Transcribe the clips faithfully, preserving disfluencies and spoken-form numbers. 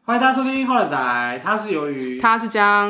欢迎大家收听后来台，他是鱿鱼， 他是姜。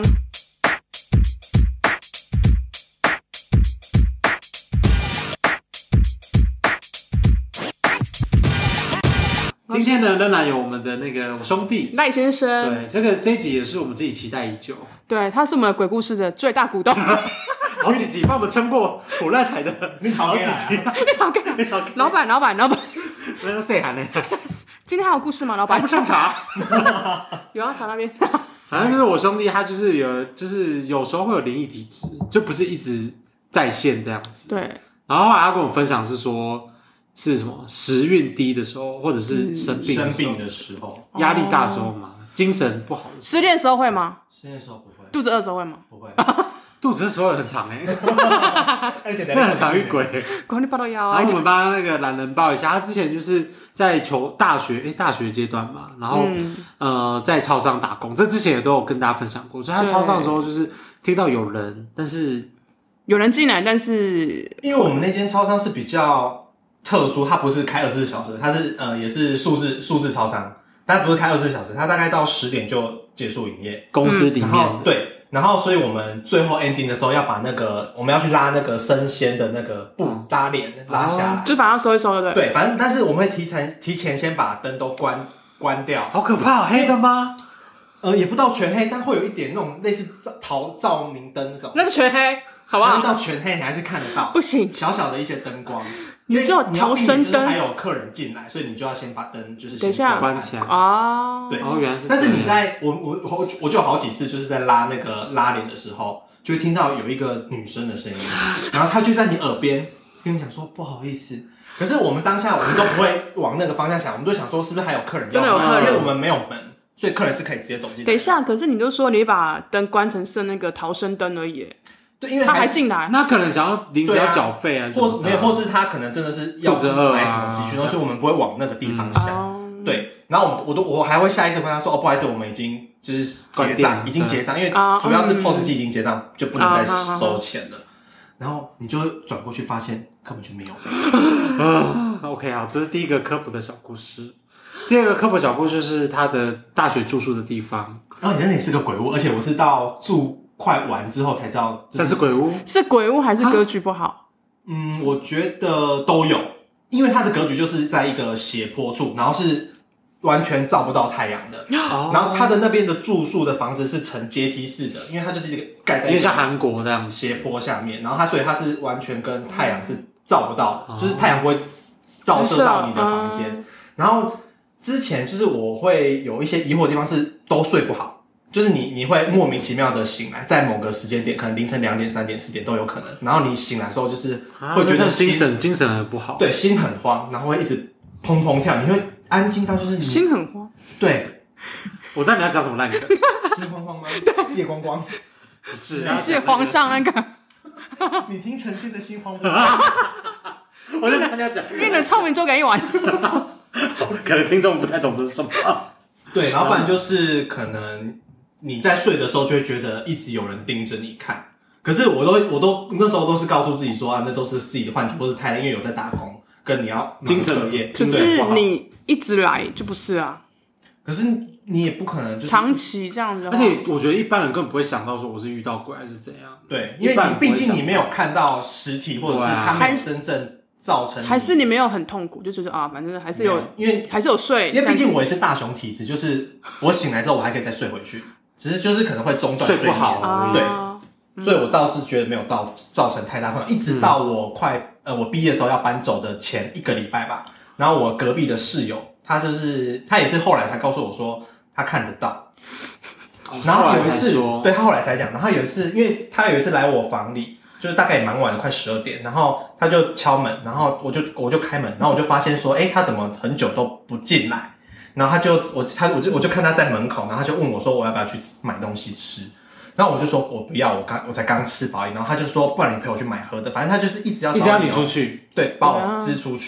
今天呢，仍然有我们的那个兄弟赖先生。 对，这个这一集也是我们自己期待已久。 对，他是我们的鬼故事的最大股东。 好几集帮我们撑过虎赖台的好几集。 你好干，你好干。老板，老板，老板。 那个谁喊呢？ 今天还有故事吗？老板不上茶。 有啊，茶那边。 反正就是我兄弟，他就是有，就是有时候会有灵异体质，就不是一直在线这样子。 对。 然后后来他跟我分享是说，是什么时运低的时候，或者是生病生病的时候， 压力大的时候嘛，哦、精神不好的时候。 失恋的时候会吗？ 失恋的时候不会。 肚子饿的时候会吗？ 不会。 肚子的时候很长哎、欸，那很常遇鬼。 管你抱到腰啊！ 然后我们帮他那个懒人包一下，他之前就是在求大学，哎、欸，大学阶段嘛，然后、嗯、呃在超商打工，这之前也都有跟大家分享过。所以他超商的时候就是听到有人，但是有人进来，但是因为我们那间超商是比较特殊，它不是开二十四小时，它是呃也是数字数字超商，但不是开二十四小时，它大概到十点就结束营业。 公司里面、 嗯、对。然后，所以我们最后 ending 的时候要把那个我们要去拉那个生鲜的那个布拉链拉下来， 就反正收一收，对不对？ 对，反正但是我们会提前提前先把灯都关关掉。 好可怕、哦，黑的吗？ 呃，也不到全黑，但会有一点那种类似照照明灯那种。 那是全黑，好不好？ 到全黑你还是看得到， 不行， 小小的一些灯光。 你就有逃生灯， 还有客人进来，所以你就要先把灯就是等一下关起来啊。 对， 哦，原来是。 但是你在我我我我就有好几次就是在拉那个拉帘的时候，就会听到有一个女生的声音，然后她就在你耳边跟你讲说不好意思。可是我们当下我们都不会往那个方向想，我们都想说是不是还有客人要？ 真的有客人， 因为我们没有门，所以客人是可以直接走进来。 等一下，可是你就说你把灯关成剩那个逃生灯而已。 对，因为他还进来， 那可能想要临时要缴费啊， 或是没有，或是他可能真的是要买什么急需，所以我们不会往那个地方想。嗯、对，然后我们我都我还会下意识跟他说：“哦，不好意思，我们已经就是结账，已经结账，因为主要是 P O S 机已经结账，就不能再收钱了。”然后你就转过去，发现根本就没有。 啊 OK 好，这是第一个科普的小故事。第二个科普小故事是他的大学住宿的地方。 然后你那里是个鬼屋，而且我是到住。快完之后才知道、就是， 但是鬼屋是鬼屋还是格局不好？啊、 嗯，我觉得都有，因为它的格局就是在一个斜坡处，然后是完全照不到太阳的。哦、然后它的那边的住宿的房子是呈阶梯式的，因为它就是一个盖在一个像韩国那样斜坡下面，然后它所以它是完全跟太阳是照不到的，哦、就是太阳不会照射到你的房间。嗯、然后之前就是我会有一些疑惑的地方是都睡不好。就是你，你会莫名其妙的醒来，在某个时间点，可能凌晨两点、三点、四点都有可能。然后你醒来的时候，就是会觉得精神精神很不好， 对，心很慌，然后会一直砰砰跳，你会安静到就是你心很慌。 对， 我知道你要讲什么烂梗， 心慌慌吗？对，夜光光， 不是， 是皇上那个。 你听陈谦的心慌慌， 我就想你要讲， 因为你的超明粥给你玩， 可能听众不太懂这是什么。 对，然后不然就是可能。你在睡的时候就会觉得一直有人盯着你看，可是我都我都那时候都是告诉自己说啊，那都是自己的幻觉或是太累，因为有在打工，跟你要精神业， 可是你一直来就不是啊。 可是你也不可能就是长期这样子， 而且我觉得一般人根本不会想到说我是遇到鬼还是怎样。 对，因为你毕竟你没有看到实体，或者是他没有真正造成， 还是你没有很痛苦，就觉得啊，反正还是有， 因为还是有睡， 因为毕竟我也是大雄体质，就是我醒来之后我还可以再睡回去。只是就是可能会中断睡睡不好、啊， 对、嗯，所以我倒是觉得没有到造成太大困扰。一直到我快呃我毕业的时候要搬走的前一个礼拜吧，然后我隔壁的室友，他就是他也是后来才告诉我说他看得到， 哦、 然后有一次，对他后来才讲，然后有一次，因为他有一次来我房里，就是大概也蛮晚的，快十二点，然后他就敲门，然后我就我就开门，然后我就发现说，哎，他怎么很久都不进来？然后他就我他我就我就看他在门口，然后他就问我说我要不要去买东西吃，然后我就说我不要，我刚我才刚吃饱，然后他就说不然你陪我去买喝的，反正他就是一直要一直要你出去， 对，把我支出去。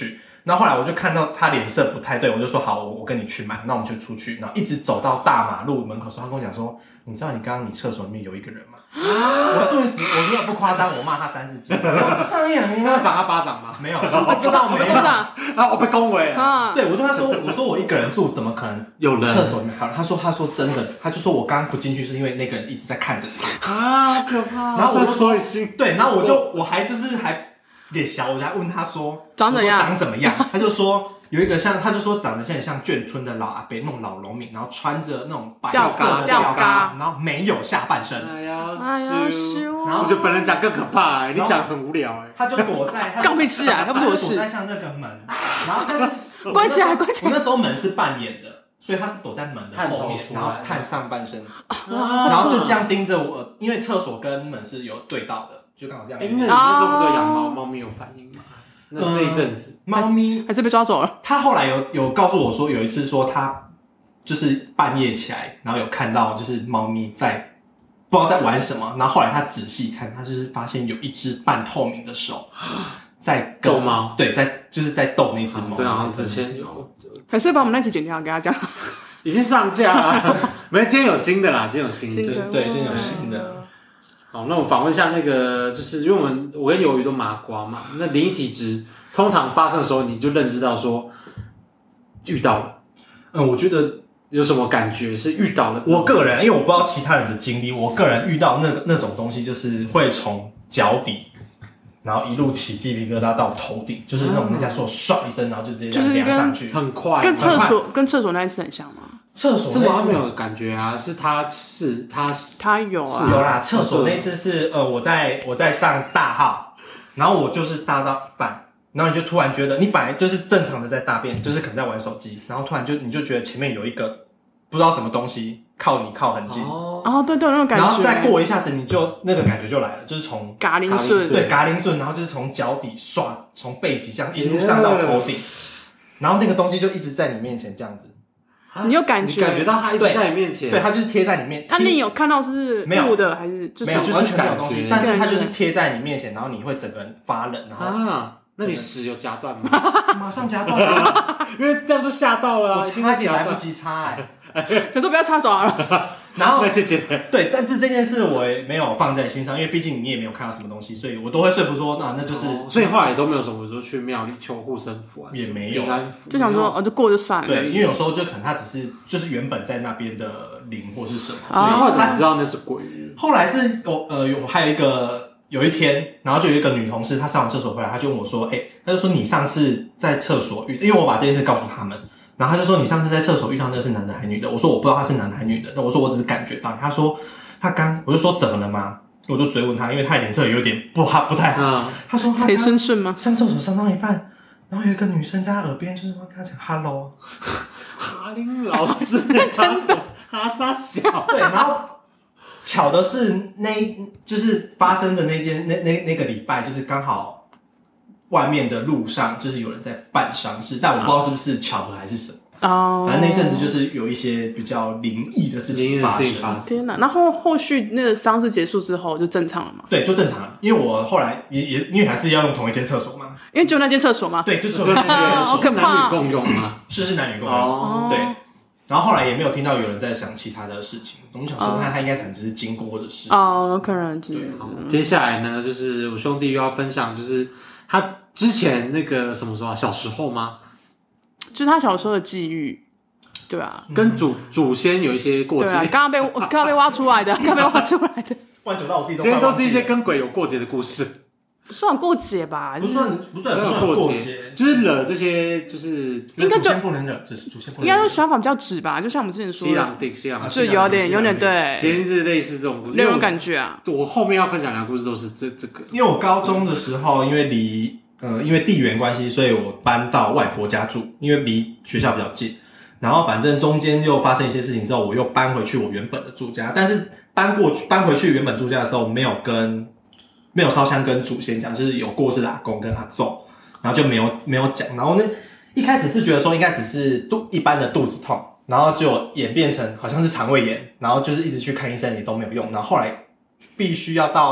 然后后来我就看到他脸色不太对，我就说好，我我跟你去买，那我们就出去，然后一直走到大马路门口的时候，他跟我讲说，你知道你刚刚你厕所里面有一个人吗？我顿时我真的不夸张，我骂他三字经。哎呀， 那赏他巴掌吗？ 没有，不知道没有。 啊，我被恭维啊！ 对，我就跟他说，我说我一个人住，怎么可能有人厕所里面还有人？他说他说真的，他就说我刚刚不进去是因为那个人一直在看着你啊，好可怕！ 然后我就说说对，然后我就我还就是还脸小，我就还问他说长怎样？ 长怎么样？他就说。有一个像，他就说长得像像眷村的老阿伯那种老农民，然后穿着那种白色的吊嘎，然后没有下半身。 哎呀， 哎呀， 然后我觉得本人讲更可怕哎、欸，你讲很无聊哎、欸。 他就躲在， 刚被吃啊，他不是我事。 躲在像那个门，然后但是关起来，关起来。 我那时候门是半掩的，所以他是躲在门的后面，然后探上半身， 啊、 然后就这样盯着我，因为厕所跟门是有对到的，就刚好这样。 哎、欸，那你那时候不是有养猫，猫咪有反应吗？那是那一阵子， 猫、呃、咪还是被抓走了。 他后来有有告诉我说，有一次说他就是半夜起来，然后有看到就是猫咪在不知道在玩什么，然后后来他仔细看，他就是发现有一只半透明的手在逗猫， 对，在就是在逗那只猫。 这好像之前有， 还是把我们那集剪掉，给他讲。 已经上架了，没，今天有新的啦，今天有新的， 新的对，今天有新的。 好，那我访问一下那个，就是因为我们我跟鱿鱼都麻瓜嘛，那灵异体质通常发生的时候，你就认知到说遇到了。 嗯，我觉得有什么感觉是遇到了？ 我个人，因为我不知道其他人的经历，我个人遇到那个那种东西，就是会从脚底，然后一路起鸡皮疙瘩到头顶，就是那种人家说唰一声，然后就直接这样凉上去， 很快， 跟厕所跟厕所那一次很像吗？ 厕所厕所他没有感觉啊，是他是他他有啊， 有啦。厕所那次是呃，我在我在上大号，然后我就是大到一半，然后你就突然觉得你本来就是正常的在大便，就是可能在玩手机，然后突然就你就觉得前面有一个不知道什么东西靠你靠很近， 哦，哦对对那种感觉， 然后再过一下子你就那个感觉就来了，就是从嘎铃顺， 对嘎铃顺，然后就是从脚底刷从背脊这样一路上到头顶，然后那个东西就一直在你面前这样子。 你有感觉， 你感觉到它一直在你面前， 对，它就是贴在你面。 那你有看到是木的还是就是没有完全没有东西，但是它就是贴在你面前，然后你会整个人发冷，然后啊，那你屎有夹断吗？ 马上夹断了， 因为这样就吓到了， 我差点来不及擦哎， 可是不要擦爪了。 然后姐姐对，但是这件事我也没有放在心上，因为毕竟你也没有看到什么东西，所以我都会说服说，那那就是， 所以后来也都没有什么说去庙里求护身符啊， 也没有， 就想说哦，就过就算了。 对，因为有时候就可能他只是就是原本在那边的灵或是什么，所以后来知道那是鬼。 后来是有呃有还有一个有一天，然后就有一个女同事，她上完厕所回来，她就问我说，哎、欸，她就说你上次在厕所遇，因为我把这件事告诉他们。然后他就说你上次在厕所遇到那是男的还是女的？我说我不知道他是男的还是女的，但我说我只是感觉到。他说他刚，我就说怎么了吗？我就追问他，因为他脸色有点不好，不太好。嗯、他说他贼顺顺吗？ 上厕所上到一半，然后有一个女生在他耳边，就是说跟他讲 “hello”。 哈林老师，真的哈沙小。 对，然后巧的是那就是发生的那间那那那个礼拜，就是刚好。外面的路上就是有人在办丧事，但我不知道是不是巧合还是什么。哦，反正那一阵子就是有一些比较灵异的事情发生。 天哪！那后后续那个丧事结束之后就正常了吗？ 对，就正常了。因为我后来也也因为还是要用同一间厕所嘛。 因为只有那间厕所嘛。 对，就只有那间厕所。 是男女共用吗？ 是是男女共用。哦，对。然后后来也没有听到有人在想其他的事情，我们想说他他应该可能只是经过或者是哦，可能对。 接下来呢，就是我兄弟又要分享，就是他之前那个什么时候啊？小时候吗？ 就是他小时候的际遇，对啊， 跟祖祖先有一些过节。对啊， 刚刚被刚刚被挖出来的，刚刚被挖出来的。 万九到我自己都今天都是一些跟鬼有过节的故事。 不算过节吧， 不算不算不算过节， 就是惹这些就是应该祖先不能惹，只是祖先不能惹。 应该说想法比较直吧，就像我们之前说的， 西洋定西洋， 就有点有点对， 今天是类似这种故事， 那种感觉啊。 我后面要分享两个故事都是这这个， 因为我高中的时候，因为离呃因为地缘关系，所以我搬到外婆家住，因为离学校比较近。然后反正中间又发生一些事情之后，我又搬回去我原本的住家，但是搬过去搬回去原本住家的时候，没有跟。没有烧香跟祖先讲，就是有过世的阿公跟阿祖，然后就没有没有讲。然后呢，一开始是觉得说应该只是肚一般的肚子痛，然后就演变成好像是肠胃炎，然后就是一直去看医生也都没有用。然后后来必须要到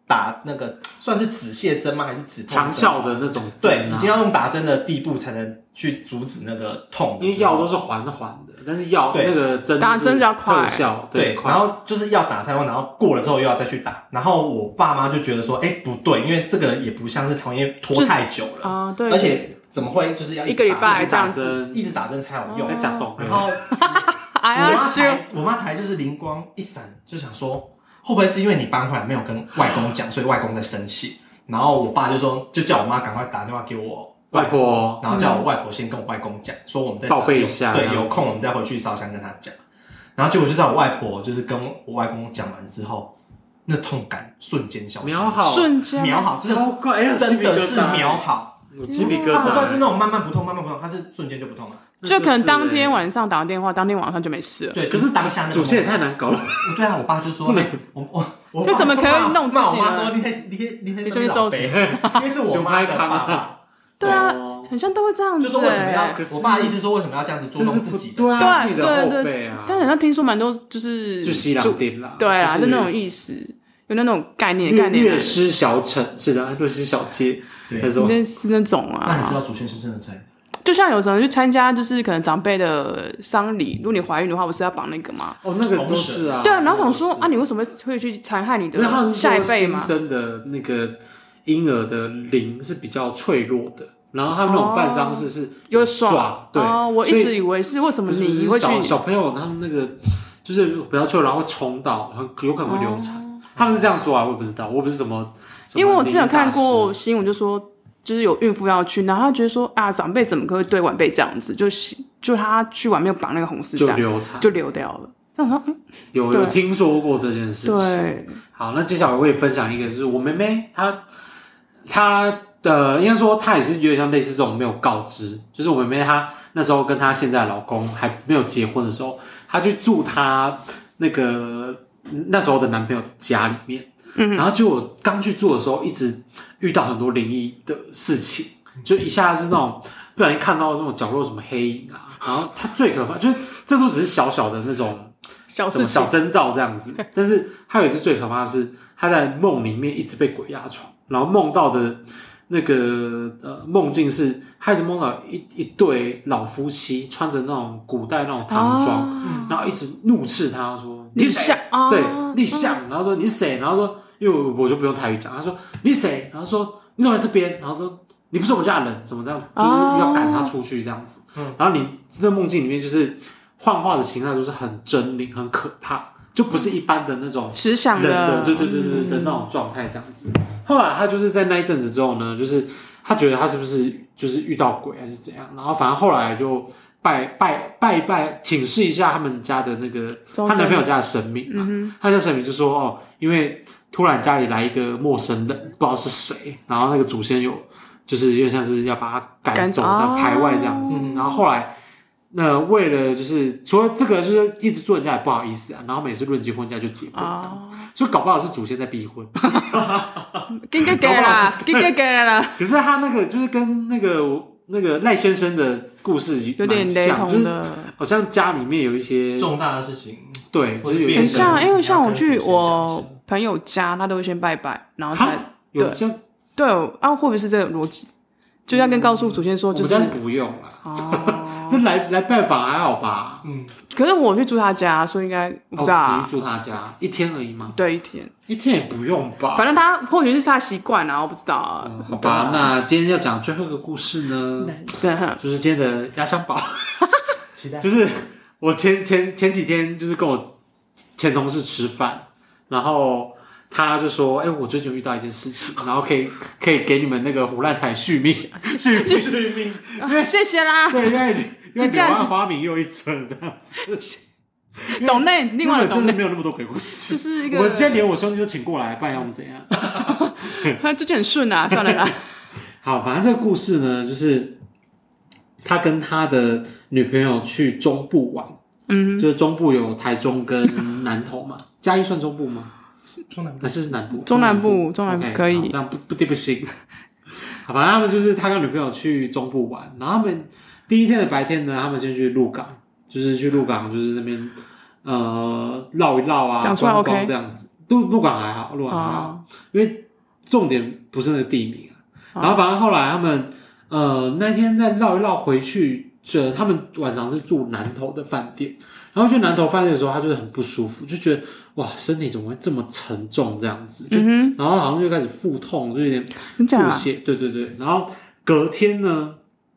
打那个算是止泻针吗？还是止痛针强效的那种针、啊？ 对，已经要用打针的地步才能去阻止那个痛的。 因为药都是缓缓的，但是药那个针打针比较快， 特效对， 对， 然后就是要打才用，然后过了之后又要再去打。然后我爸妈就觉得说，哎、欸，不对，因为这个也不像是肠炎拖太久了啊、就是呃，对， 而且怎么会就是要一一个礼拜这样子， 一直打针才有用， 还讲懂， 然后哎呀， 我妈才我妈才就是灵光一闪，就想说会不会是因为你搬回来没有跟外公讲，所以外公在生气。然后我爸就说，就叫我妈赶快打电话给我外婆，然后叫我外婆先跟我外公讲，说我们在报备一下， 对，有空我们再回去烧香跟他讲。然后结果就在我外婆就是跟我外公讲完之后，那痛感瞬间消失， 秒好， 瞬间秒好，真的是快，哎、 真的是秒好， 我鸡皮疙瘩。 它不算是那种慢慢不痛，慢慢不痛，它是瞬间就不痛了。 就可能当天晚上打完电话，当天晚上就没事了。 对，就是当下那个。 主线也太难搞了。 对啊，我爸就说，我我我就怎么可以弄自己呢？ 骂我妈说你你你你你老杯，因为是我妈的爸爸。 对啊，很像都会这样子。 就说为什么要？我爸的意思说为什么要这样子捉弄自己的？ 对啊， 对对对。但好像听说蛮多就是就西郎店啦， 对啊，就那种意思，有那种概念概念。 略施小惩是的，略施小戒， 对， 类似那种啊。 那你知道主线是真的在？ 就像有时候去参加，就是可能长辈的丧礼，如果你怀孕的话，不是要绑那个吗？ 哦，那个都是啊。 对啊，然后想说啊，你为什么会去残害你的下一辈嘛？ 新生的那个婴儿的灵是比较脆弱的，然后他们那种办丧事是有耍，对。 哦，我一直以为是为什么你会去小朋友他们那个就是比较脆弱，然后会冲到，很有可能会流产。他们是这样说啊，我也不知道，我不是什么。 因为我之前有看过新闻，就说。就是有孕妇要去，然后他觉得说啊，长辈怎么可以对晚辈这样子？就就他去完没有绑那个红丝带， 就流产， 就流掉了。那我说、嗯、 有有听说过这件事情。 对， 好，那接下来我也分享一个，就是我妹妹她她的应该说她也是有点像类似这种没有告知，就是我妹妹她那时候跟她现在的老公还没有结婚的时候，她去住她那个那时候的男朋友的家里面。嗯，然后就我刚去做的时候，一直遇到很多灵异的事情，就一下是那种不小心看到那种角落什么黑影啊，然后它最可怕就是这都只是小小的那种小什么小征兆这样子，但是还有一次最可怕的是他在梦里面一直被鬼压床，然后梦到的那个呃梦境是他一直梦到一一对老夫妻穿着那种古代那种唐装，哦、然后一直怒斥他说你谁？ 哦、 对，你像，然后说你谁？然后说。因为我就不用台语讲，他说你谁？然后说你怎么在这边？然后说你不是我们家的人，怎么这样？就是要赶他出去这样子。嗯，然后你那梦境里面就是幻化的形态都是很狰狞、很可怕，就不是一般的那种实想的，对对对对对的那种状态这样子。后来他就是在那一阵子之后呢，就是他觉得他是不是就是遇到鬼还是怎样，然后反正后来就拜拜拜一拜，请示一下他们家的那个他男朋友家的神明嘛。嗯、他家神明就说哦，因为突然家里来一个陌生人，不知道是谁，然后那个祖先有就是有点像是要把他赶走，这样排外这样子。哦、然后后来，那为了就是除了这个，就是一直做人家也不好意思啊，然后每次论及婚嫁就结婚这样子，哦、所以搞不好是祖先在逼婚。 给给给啦，给给给啦。 可是他那个就是跟那个那个赖先生的故事有点雷同的， 就是好像家里面有一些重大的事情， 对，就是有很像，因为像我去我朋友家，他都会先拜拜，然后才对对啊，会不会是这个逻辑？就要跟告诉祖先说，就是我们家是不用啦。哦，那来来拜访还好吧？ 嗯，可是我去住他家，所以应该我不知道啊。 你去住他家一天而已吗？ 对，一天， 一天也不用吧。 反正他或许是他习惯啊，我不知道啊。 嗯、好吧，那今天要讲最后一个故事呢， 对， 就是今天的压箱宝。期待。就是我前前前几天就是跟我前同事吃饭，然后。他就说：“哎、欸，我最近遇到一件事情，然后可以可以给你们那个胡烂台续命，续命续命， 啊、谢谢啦。 对，因为因为柳暗花明又一村这样子。 懂内，另外的真的没有那么多鬼故事， 就是一个。 我今天连我兄弟都请过来，不然要我们怎样？ 他最近很顺啊，算了啦。 好，反正这个故事呢，就是他跟他的女朋友去中部玩，嗯，就是中部有台中跟南投嘛，嘉义算中部吗？” 中南部还是南部？ 中南部，中南部可以。 这样不不对不行。好，反正他们就是他跟女朋友去中部玩，然后他们第一天的白天呢，他们先去鹿港，就是去鹿港，就是那边呃绕一绕啊， 讲出来 OK 这样子。 鹿鹿港还好，鹿港还好，哦、因为重点不是那个地名啊。哦、然后反正后来他们呃那天再绕一绕回去，呃他们晚上是住南投的饭店，然后去南投饭店的时候，他就是很不舒服，就觉得哇身体怎么会这么沉重这样子，就、嗯、然后好像就开始腹痛，就有点腹泻，对对对，然后隔天呢，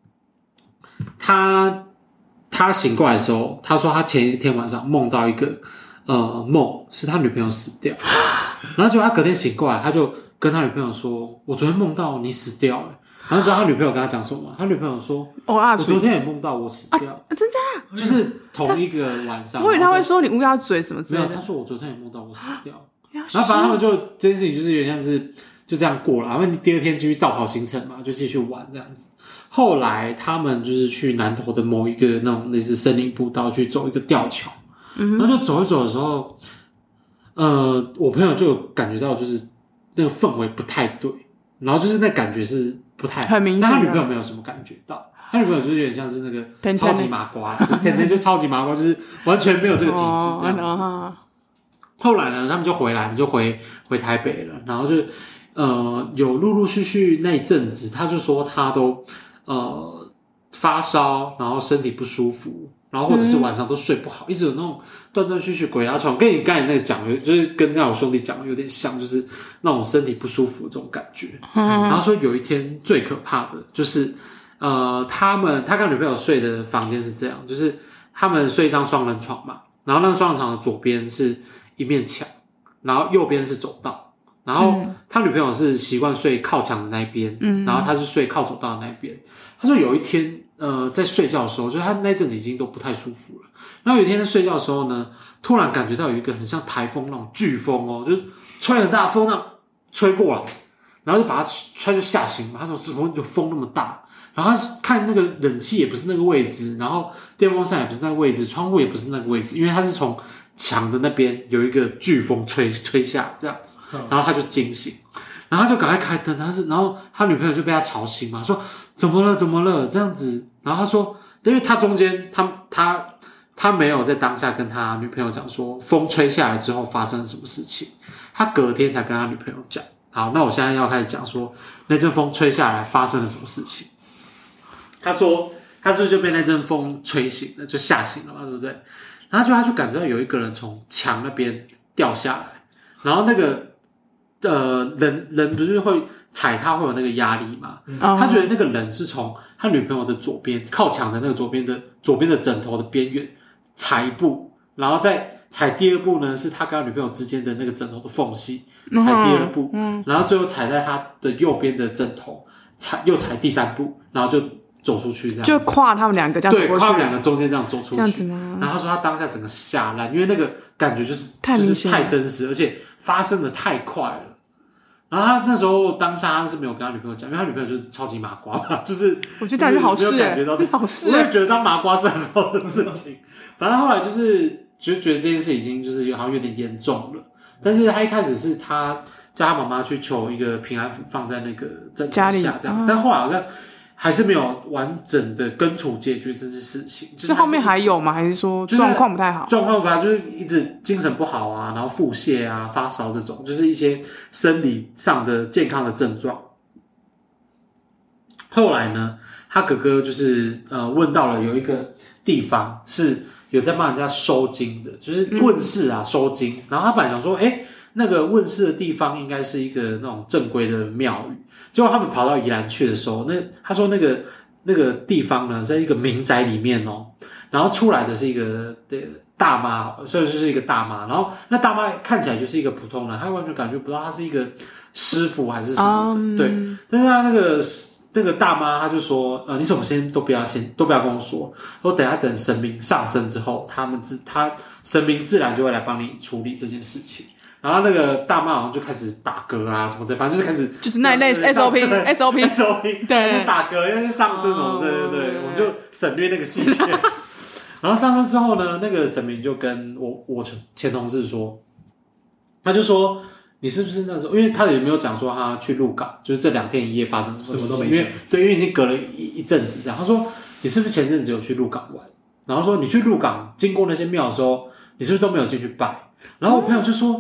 他他醒过来的时候，他说他前一天晚上梦到一个呃梦，是他女朋友死掉，然后结果他隔天醒过来，他就跟他女朋友说：“我昨天梦到你死掉了。”然后知道他女朋友跟他讲什么吗？他女朋友说：“哦啊，我昨天也梦到我死掉， 啊、真假？ 就是同一个晚上。” 我以为他会说你乌鸦嘴什么之类的。 没有，他说我昨天也梦到我死掉。然后反正他们就这件事情就是有点像是就这样过了，然后第二天继续照跑行程嘛，就继续玩这样子。后来他们就是去南投的某一个那种类似森林步道去走一个吊桥，嗯、然后就走一走的时候，呃，我朋友就有感觉到就是那个氛围不太对，然后就是那感觉是不太很明显， 但他女朋友没有什么感觉到，他女朋友就是有点像是那个超级麻瓜，天天就超级麻瓜，就是完全没有这个体质这样子。哦、后来呢，他们就回来，就回回台北了，然后就呃有陆陆续续那一阵子，他就说他都。呃，发烧，然后身体不舒服，然后或者是晚上都睡不好，嗯、一直有那种断断续续鬼压床，跟你刚才那个讲，就是跟那我兄弟讲的有点像，就是那种身体不舒服的这种感觉。嗯、然后说有一天最可怕的就是，呃，他们他跟女朋友睡的房间是这样，就是他们睡一张双人床嘛，然后那个双人床的左边是一面墙，然后右边是走道。然后他女朋友是习惯睡靠墙的那一边，嗯、然后他是睡靠走道的那一边。他说有一天，呃，在睡觉的时候，就是他那阵子已经都不太舒服了。然后有一天在睡觉的时候呢，突然感觉到有一个很像台风那种飓风哦，就是吹很大风那样吹过来，然后就把他他就吓醒嘛。他说怎么有风那么大？然后他看那个冷气也不是那个位置，然后电风扇也不是那个位置，窗户也不是那个位置，因为他是从墙的那边有一个飓风吹吹下这样子，然后他就惊醒，然后他就赶快开灯，他就然后他女朋友就被他吵醒嘛，说怎么了怎么了这样子，然后他说，因为他中间他他他没有在当下跟他女朋友讲说风吹下来之后发生了什么事情，他隔天才跟他女朋友讲。好，那我现在要开始讲说那阵风吹下来发生了什么事情。他说他是不是就被那阵风吹醒了，就吓醒了嘛，对不对？然后就他就感觉到有一个人从墙那边掉下来，然后那个呃人人不是会踩他会有那个压力嘛？嗯、他觉得那个人是从他女朋友的左边靠墙的那个左边的左边的枕头的边缘踩一步，然后再踩第二步呢是他跟他女朋友之间的那个枕头的缝隙踩第二步，嗯、然后最后踩在他的右边的枕头踩又踩第三步，然后就走出去这样子， 就跨他们两个这样走过去， 对，跨他们两个中间这样走出去， 这样子吗？ 然后他说他当下整个吓烂，因为那个感觉就是就是太真实，而且发生的太快了。然后他那时候当下他是没有跟他女朋友讲，因为他女朋友就是超级麻瓜嘛，就是我觉得这是好事， 没有感觉到好事， 我也觉得当麻瓜是很好的事情。反正后来就是就觉得这件事已经就是好像有点严重了，但是他一开始是他叫他妈妈去求一个平安符放在那个枕头下这样，但后来好像还是没有完整的根除解决这件事情， 是后面还有吗？还是说状况不太好？ 状况不太好，就是一直精神不好啊，然后腹泻啊、发烧这种，就是一些生理上的健康的症状。后来呢，他哥哥就是呃问到了有一个地方是有在帮人家收金的，就是问事啊、嗯、收金。然后他本来想说，哎，那个问事的地方应该是一个那种正规的庙宇。结果他们跑到宜兰去的时候，那他说那个那个地方呢，在一个民宅里面哦，然后出来的是一个大妈，所以就是一个大妈，然后那大妈看起来就是一个普通人，他完全感觉不到他是一个师傅还是什么的， um... 对。但是他那个那个大妈，他就说，呃，你什么先都不要先都不要跟我说，说等下等神明上身之后，他们自他神明自然就会来帮你处理这件事情。然后那个大妈好像就开始打嗝啊什么的，反正就是开始就是那一类 S O P S O P S O P 对，打嗝要去上身什么的，对对对，我们就省略那个细节。然后上身之后呢，那个神明就跟我我前同事说，他就说你是不是那时候，因为他也没有讲说他去鹿港，就是这两天一夜发生什么事情，什么都没讲，因为对，因为已经隔了一一阵子这样。他说你是不是前阵子有去鹿港玩？然后说你去鹿港经过那些庙的时候，你是不是都没有进去拜？然后我朋友就说。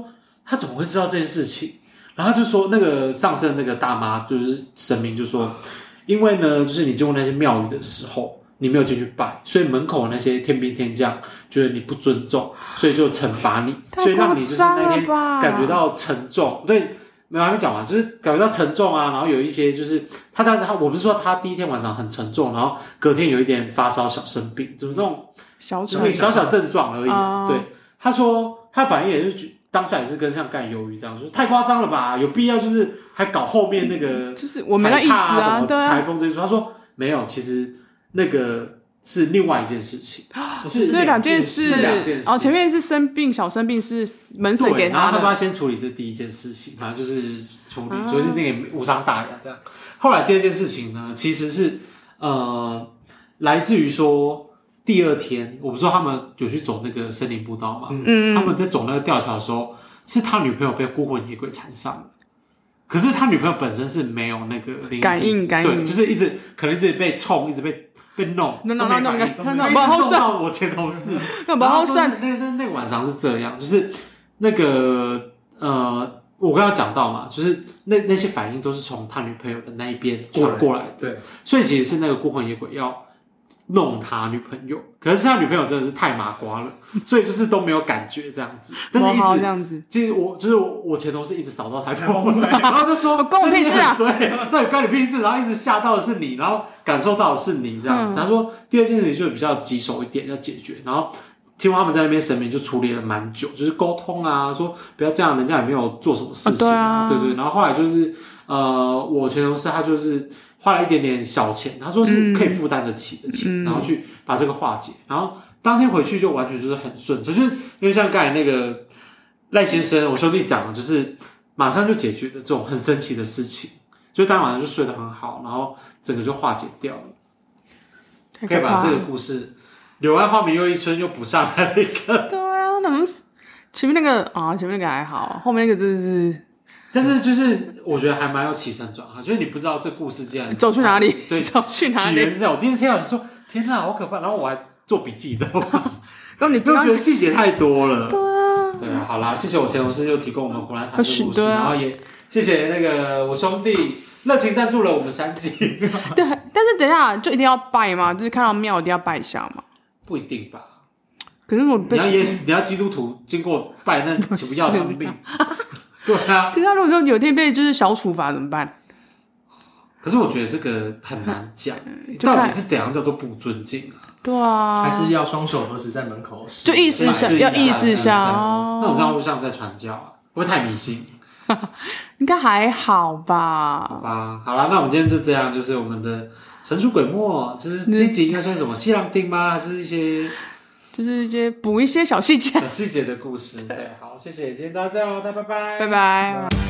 他怎么会知道这件事情？然后他就说那个上身那个大妈就是神明就说，因为呢，就是你经过那些庙宇的时候，你没有进去拜，所以门口那些天兵天将觉得你不尊重，所以就惩罚你，所以让你就是那天感觉到沉重。对，没有还没讲完，就是感觉到沉重啊，然后有一些就是他他他，我不是说他第一天晚上很沉重，然后隔天有一点发烧小生病，就是那种小就是小小症状而已。哦、对，他说他反应也是当下也是跟像干鱿鱼这样，说太夸张了吧，有必要就是还搞后面那个就是我没那意思啊，对啊， 台风这些，他说没有，其实那个是另外一件事情， 是是两件事， 是两件事。 哦，前面是生病小生病是门神给他的， 然后他说他先处理这第一件事情，反正就是处理，啊、就是那个无伤大雅这样。后来第二件事情呢，其实是呃来自于说。第二天，我不知道他们有去走那个森林步道嘛？嗯，他们在走那个吊桥的时候，是他女朋友被孤魂野鬼缠上了。可是他女朋友本身是没有那个灵感应，感应对，就是一直可能一直被冲，一直被被弄， 弄弄弄弄， 他弄弄到我前同事， 然后说那那那个晚上是这样，就是那个呃，我刚刚讲到嘛，就是那那些反应都是从他女朋友的那一边传过来的， 对， 所以其实是那个孤魂野鬼要。弄他女朋友，可是他女朋友真的是太麻瓜了，所以就是都没有感觉这样子。但是一直这样子， 其实我就是我，我前同事一直扫到台风，然后就说关我屁事啊！ 所以那关你屁事，然后一直吓到的是你，然后感受到的是你这样子。嗯、他说第二件事情就比较棘手一点要解决，然后听说他们在那边神明就处理了蛮久，就是沟通啊，说不要这样，人家也没有做什么事情啊， 啊对, 对对。然后后来就是呃，我前同事他就是。花了一点点小钱，他说是可以负担得起的钱、嗯，然后去把这个化解，然后当天回去就完全就是很顺，就是因为像刚才那个赖先生，我兄弟讲的，就是马上就解决的这种很神奇的事情，就当天晚上就睡得很好，然后整个就化解掉了。可, 可以把这个故事柳暗花明又一村又补上来了一个。 对啊，那前面那个啊，前面那个还好，后面那个真的是。 但是就是我觉得还蛮有起承转合，就是你不知道这故事竟然走去哪里， 对， 走去哪里。 起源是这样，我第一次听到你说天哪，好可怕，然后我还做笔记，你知道吗？ 然后你就觉得细节太多了。 对啊， 对啊，好啦，谢谢我前同事又提供我们湖南台的故事，然后也谢谢那个我兄弟热情赞助了我们三集。 对，但是等一下就一定要拜吗？就是看到庙一定要拜一下吗？ 不一定吧。 可是我被你要耶稣，你要基督徒经过拜，那岂不要他们命？对啊， 可是他如果说有天被就是小处罚怎么办？ 可是我觉得这个很难讲，到底是怎样叫做不尊敬啊？ 对啊， 还是要双手合十在门口， 就意识下，要意识下。 那我这样会像在传教啊？会不会太迷信？ 应该还好吧？ 好吧，好啦，那我们今天就这样，就是我们的神出鬼没，就是这集应该算什么西洋丁吗？还是一些？ 就是一些补一些小细节、 小细节的故事。对，好，谢谢，今天大家这样哦，大家拜拜， 拜拜。